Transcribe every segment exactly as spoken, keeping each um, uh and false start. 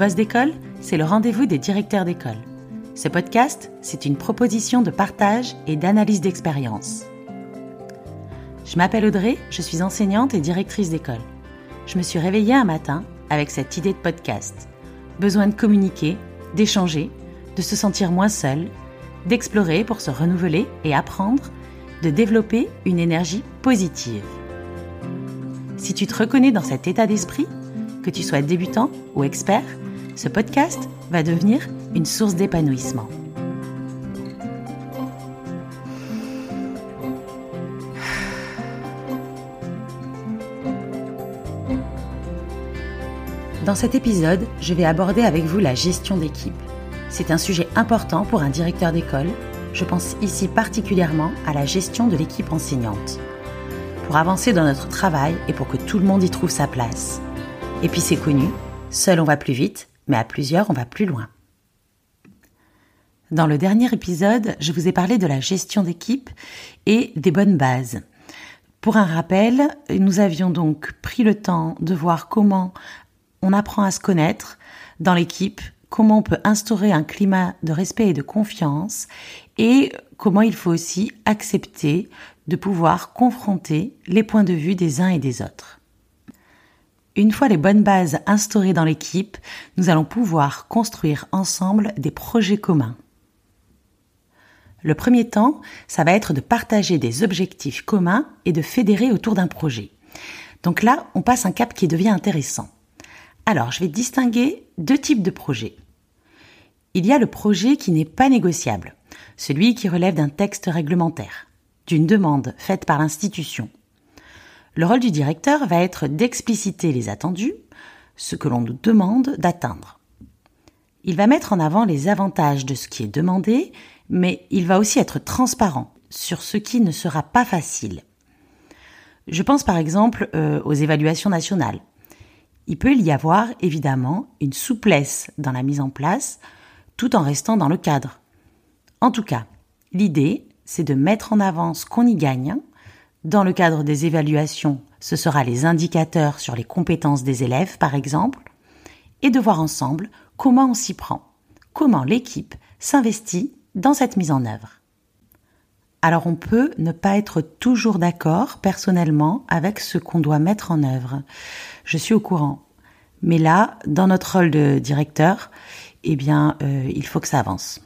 Boss d'école, c'est le rendez-vous des directeurs d'école. Ce podcast, c'est une proposition de partage et d'analyse d'expérience. Je m'appelle Audrey, je suis enseignante et directrice d'école. Je me suis réveillée un matin avec cette idée de podcast. Besoin de communiquer, d'échanger, de se sentir moins seul, d'explorer pour se renouveler et apprendre, de développer une énergie positive. Si tu te reconnais dans cet état d'esprit, que tu sois débutant ou expert, ce podcast va devenir une source d'épanouissement. Dans cet épisode, je vais aborder avec vous la gestion d'équipe. C'est un sujet important pour un directeur d'école. Je pense ici particulièrement à la gestion de l'équipe enseignante. Pour avancer dans notre travail et pour que tout le monde y trouve sa place. Et puis c'est connu, seul on va plus vite, mais à plusieurs on va plus loin. Dans le dernier épisode, je vous ai parlé de la gestion d'équipe et des bonnes bases. Pour un rappel, nous avions donc pris le temps de voir comment on apprend à se connaître dans l'équipe, comment on peut instaurer un climat de respect et de confiance et comment il faut aussi accepter de pouvoir confronter les points de vue des uns et des autres. Une fois les bonnes bases instaurées dans l'équipe, nous allons pouvoir construire ensemble des projets communs. Le premier temps, ça va être de partager des objectifs communs et de fédérer autour d'un projet. Donc là, on passe un cap qui devient intéressant. Alors, je vais distinguer deux types de projets. Il y a le projet qui n'est pas négociable, celui qui relève d'un texte réglementaire, d'une demande faite par l'institution. Le rôle du directeur va être d'expliciter les attendus, ce que l'on nous demande d'atteindre. Il va mettre en avant les avantages de ce qui est demandé, mais il va aussi être transparent sur ce qui ne sera pas facile. Je pense par exemple euh, aux évaluations nationales. Il peut y avoir évidemment une souplesse dans la mise en place, tout en restant dans le cadre. En tout cas, l'idée, c'est de mettre en avant ce qu'on y gagne. Dans le cadre des évaluations, ce sera les indicateurs sur les compétences des élèves, par exemple, et de voir ensemble comment on s'y prend, comment l'équipe s'investit dans cette mise en œuvre. Alors on peut ne pas être toujours d'accord personnellement avec ce qu'on doit mettre en œuvre. Je suis au courant. Mais là, dans notre rôle de directeur, eh bien, euh, il faut que ça avance.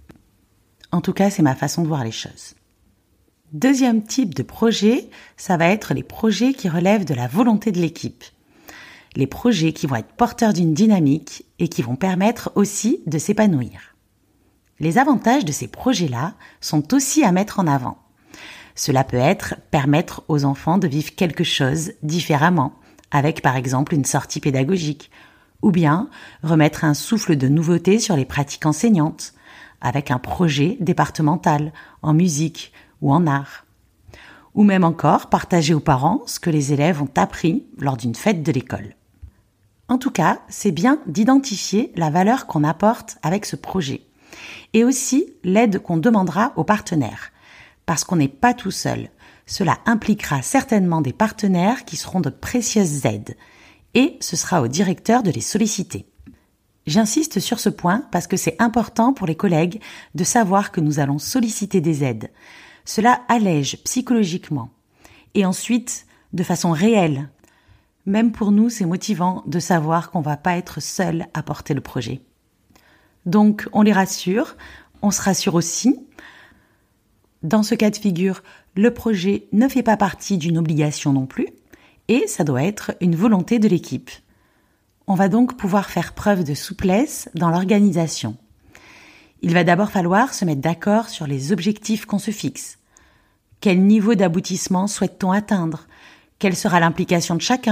En tout cas, c'est ma façon de voir les choses. Deuxième type de projet, ça va être les projets qui relèvent de la volonté de l'équipe. Les projets qui vont être porteurs d'une dynamique et qui vont permettre aussi de s'épanouir. Les avantages de ces projets-là sont aussi à mettre en avant. Cela peut être permettre aux enfants de vivre quelque chose différemment, avec par exemple une sortie pédagogique, ou bien remettre un souffle de nouveauté sur les pratiques enseignantes, avec un projet départemental en musique ou en art. Ou même encore partager aux parents ce que les élèves ont appris lors d'une fête de l'école. En tout cas, c'est bien d'identifier la valeur qu'on apporte avec ce projet. Et aussi l'aide qu'on demandera aux partenaires. Parce qu'on n'est pas tout seul. Cela impliquera certainement des partenaires qui seront de précieuses aides. Et ce sera au directeur de les solliciter. J'insiste sur ce point parce que c'est important pour les collègues de savoir que nous allons solliciter des aides. Cela allège psychologiquement. Et ensuite, de façon réelle. Même pour nous, c'est motivant de savoir qu'on ne va pas être seul à porter le projet. Donc, on les rassure, on se rassure aussi. Dans ce cas de figure, le projet ne fait pas partie d'une obligation non plus, et ça doit être une volonté de l'équipe. On va donc pouvoir faire preuve de souplesse dans l'organisation. Il va d'abord falloir se mettre d'accord sur les objectifs qu'on se fixe. Quel niveau d'aboutissement souhaite-t-on atteindre ? Quelle sera l'implication de chacun ?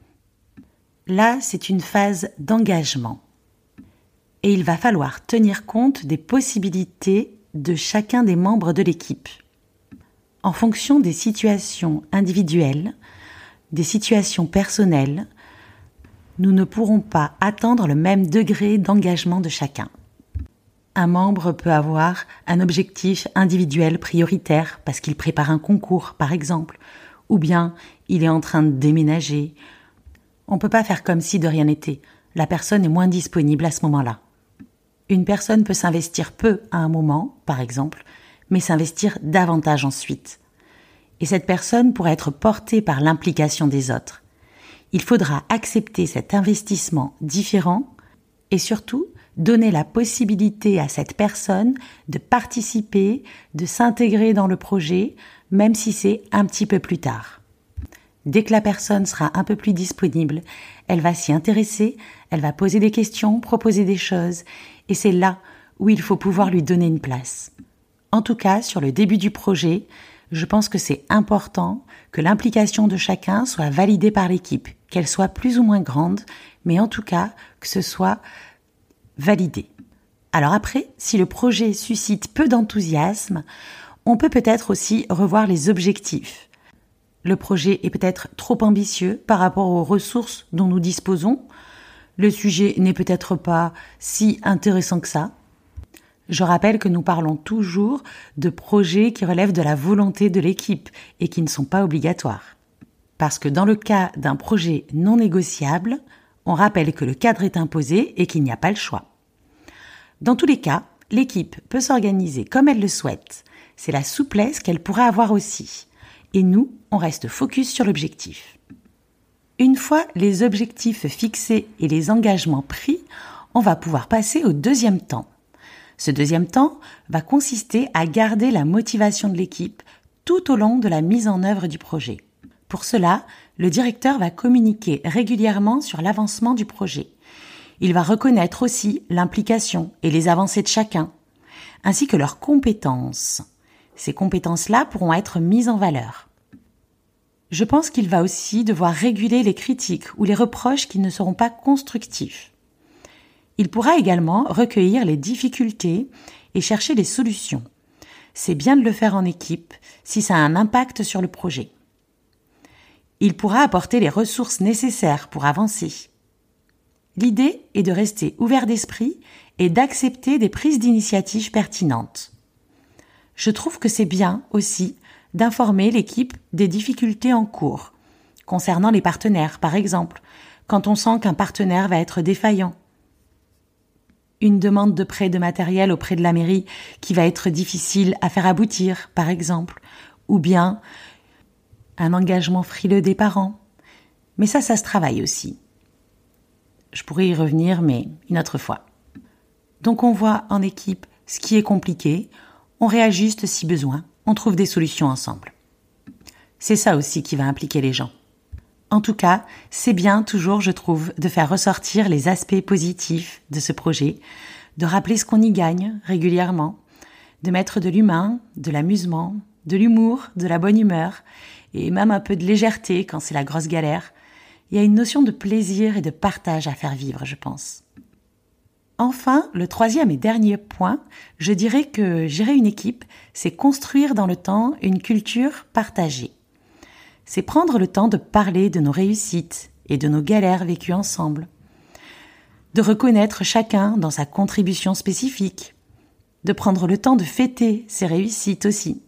Là, c'est une phase d'engagement. Et il va falloir tenir compte des possibilités de chacun des membres de l'équipe. En fonction des situations individuelles, des situations personnelles, nous ne pourrons pas atteindre le même degré d'engagement de chacun. Un membre peut avoir un objectif individuel prioritaire parce qu'il prépare un concours, par exemple, ou bien il est en train de déménager. On ne peut pas faire comme si de rien n'était. la personne est moins disponible à ce moment-là. Une personne peut s'investir peu à un moment, par exemple, mais s'investir davantage ensuite. Et cette personne pourra être portée par l'implication des autres. Il faudra accepter cet investissement différent et surtout donner la possibilité à cette personne de participer, de s'intégrer dans le projet, même si c'est un petit peu plus tard. Dès que la personne sera un peu plus disponible, elle va s'y intéresser, elle va poser des questions, proposer des choses, et c'est là où il faut pouvoir lui donner une place. En tout cas, sur le début du projet, je pense que c'est important que l'implication de chacun soit validée par l'équipe, qu'elle soit plus ou moins grande, mais en tout cas que ce soit validé. Alors après, si le projet suscite peu d'enthousiasme, on peut peut-être aussi revoir les objectifs. Le projet est peut-être trop ambitieux par rapport aux ressources dont nous disposons. Le sujet n'est peut-être pas si intéressant que ça. Je rappelle que nous parlons toujours de projets qui relèvent de la volonté de l'équipe et qui ne sont pas obligatoires. Parce que dans le cas d'un projet non négociable, on rappelle que le cadre est imposé et qu'il n'y a pas le choix. Dans tous les cas, l'équipe peut s'organiser comme elle le souhaite. C'est la souplesse qu'elle pourra avoir aussi. Et nous, on reste focus sur l'objectif. Une fois les objectifs fixés et les engagements pris, on va pouvoir passer au deuxième temps. Ce deuxième temps va consister à garder la motivation de l'équipe tout au long de la mise en œuvre du projet. Pour cela, le directeur va communiquer régulièrement sur l'avancement du projet. Il va reconnaître aussi l'implication et les avancées de chacun, ainsi que leurs compétences. Ces compétences-là pourront être mises en valeur. Je pense qu'il va aussi devoir réguler les critiques ou les reproches qui ne seront pas constructifs. Il pourra également recueillir les difficultés et chercher des solutions. C'est bien de le faire en équipe si ça a un impact sur le projet. Il pourra apporter les ressources nécessaires pour avancer. L'idée est de rester ouvert d'esprit et d'accepter des prises d'initiative pertinentes. Je trouve que c'est bien aussi d'informer l'équipe des difficultés en cours, concernant les partenaires par exemple, quand on sent qu'un partenaire va être défaillant. Une demande de prêt de matériel auprès de la mairie qui va être difficile à faire aboutir, par exemple, ou bien un engagement frileux des parents. Mais ça, ça se travaille aussi. Je pourrais y revenir, mais une autre fois. Donc on voit en équipe ce qui est compliqué, on réajuste si besoin, on trouve des solutions ensemble. C'est ça aussi qui va impliquer les gens. En tout cas, c'est bien toujours, je trouve, de faire ressortir les aspects positifs de ce projet, de rappeler ce qu'on y gagne régulièrement, de mettre de l'humain, de l'amusement, de l'humour, de la bonne humeur, et même un peu de légèreté quand c'est la grosse galère. Il y a une notion de plaisir et de partage à faire vivre, je pense. Enfin, le troisième et dernier point, je dirais que gérer une équipe, c'est construire dans le temps une culture partagée. C'est prendre le temps de parler de nos réussites et de nos galères vécues ensemble, de reconnaître chacun dans sa contribution spécifique, de prendre le temps de fêter ses réussites aussi,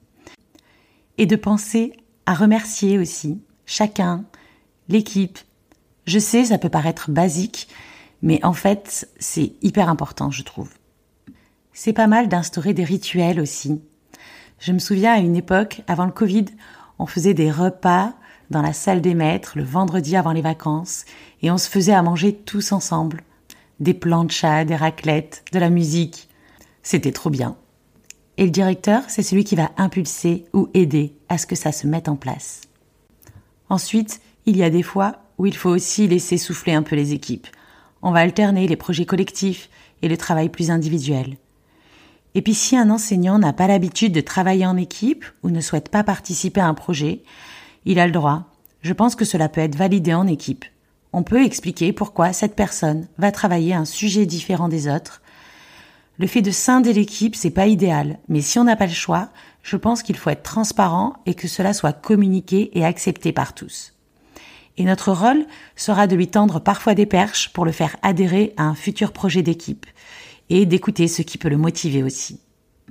et de penser à remercier aussi chacun, l'équipe. Je sais, ça peut paraître basique, mais en fait, c'est hyper important, je trouve. C'est pas mal d'instaurer des rituels aussi. Je me souviens à une époque, avant le Covid, on faisait des repas dans la salle des maîtres le vendredi avant les vacances et on se faisait à manger tous ensemble. Des planchas, des raclettes, de la musique. C'était trop bien. Et le directeur, c'est celui qui va impulser ou aider à ce que ça se mette en place. Ensuite, il y a des fois où il faut aussi laisser souffler un peu les équipes. On va alterner les projets collectifs et le travail plus individuel. Et puis si un enseignant n'a pas l'habitude de travailler en équipe ou ne souhaite pas participer à un projet, il a le droit. Je pense que cela peut être validé en équipe. On peut expliquer pourquoi cette personne va travailler un sujet différent des autres. Le fait de scinder l'équipe, c'est pas idéal, mais si on n'a pas le choix, je pense qu'il faut être transparent et que cela soit communiqué et accepté par tous. Et notre rôle sera de lui tendre parfois des perches pour le faire adhérer à un futur projet d'équipe et d'écouter ce qui peut le motiver aussi.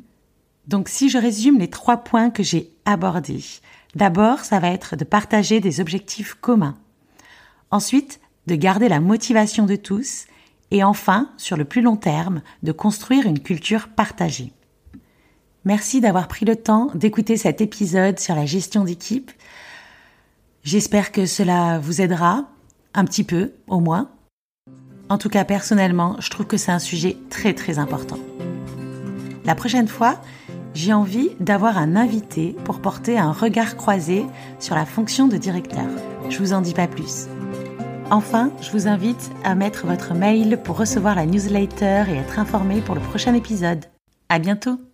Donc si je résume les trois points que j'ai abordés, d'abord ça va être de partager des objectifs communs. Ensuite, de garder la motivation de tous et enfin, sur le plus long terme, de construire une culture partagée. Merci d'avoir pris le temps d'écouter cet épisode sur la gestion d'équipe. J'espère que cela vous aidera, un petit peu au moins. En tout cas, personnellement, je trouve que c'est un sujet très très important. La prochaine fois, j'ai envie d'avoir un invité pour porter un regard croisé sur la fonction de directeur. Je vous en dis pas plus. Enfin, je vous invite à mettre votre mail pour recevoir la newsletter et être informé pour le prochain épisode. À bientôt!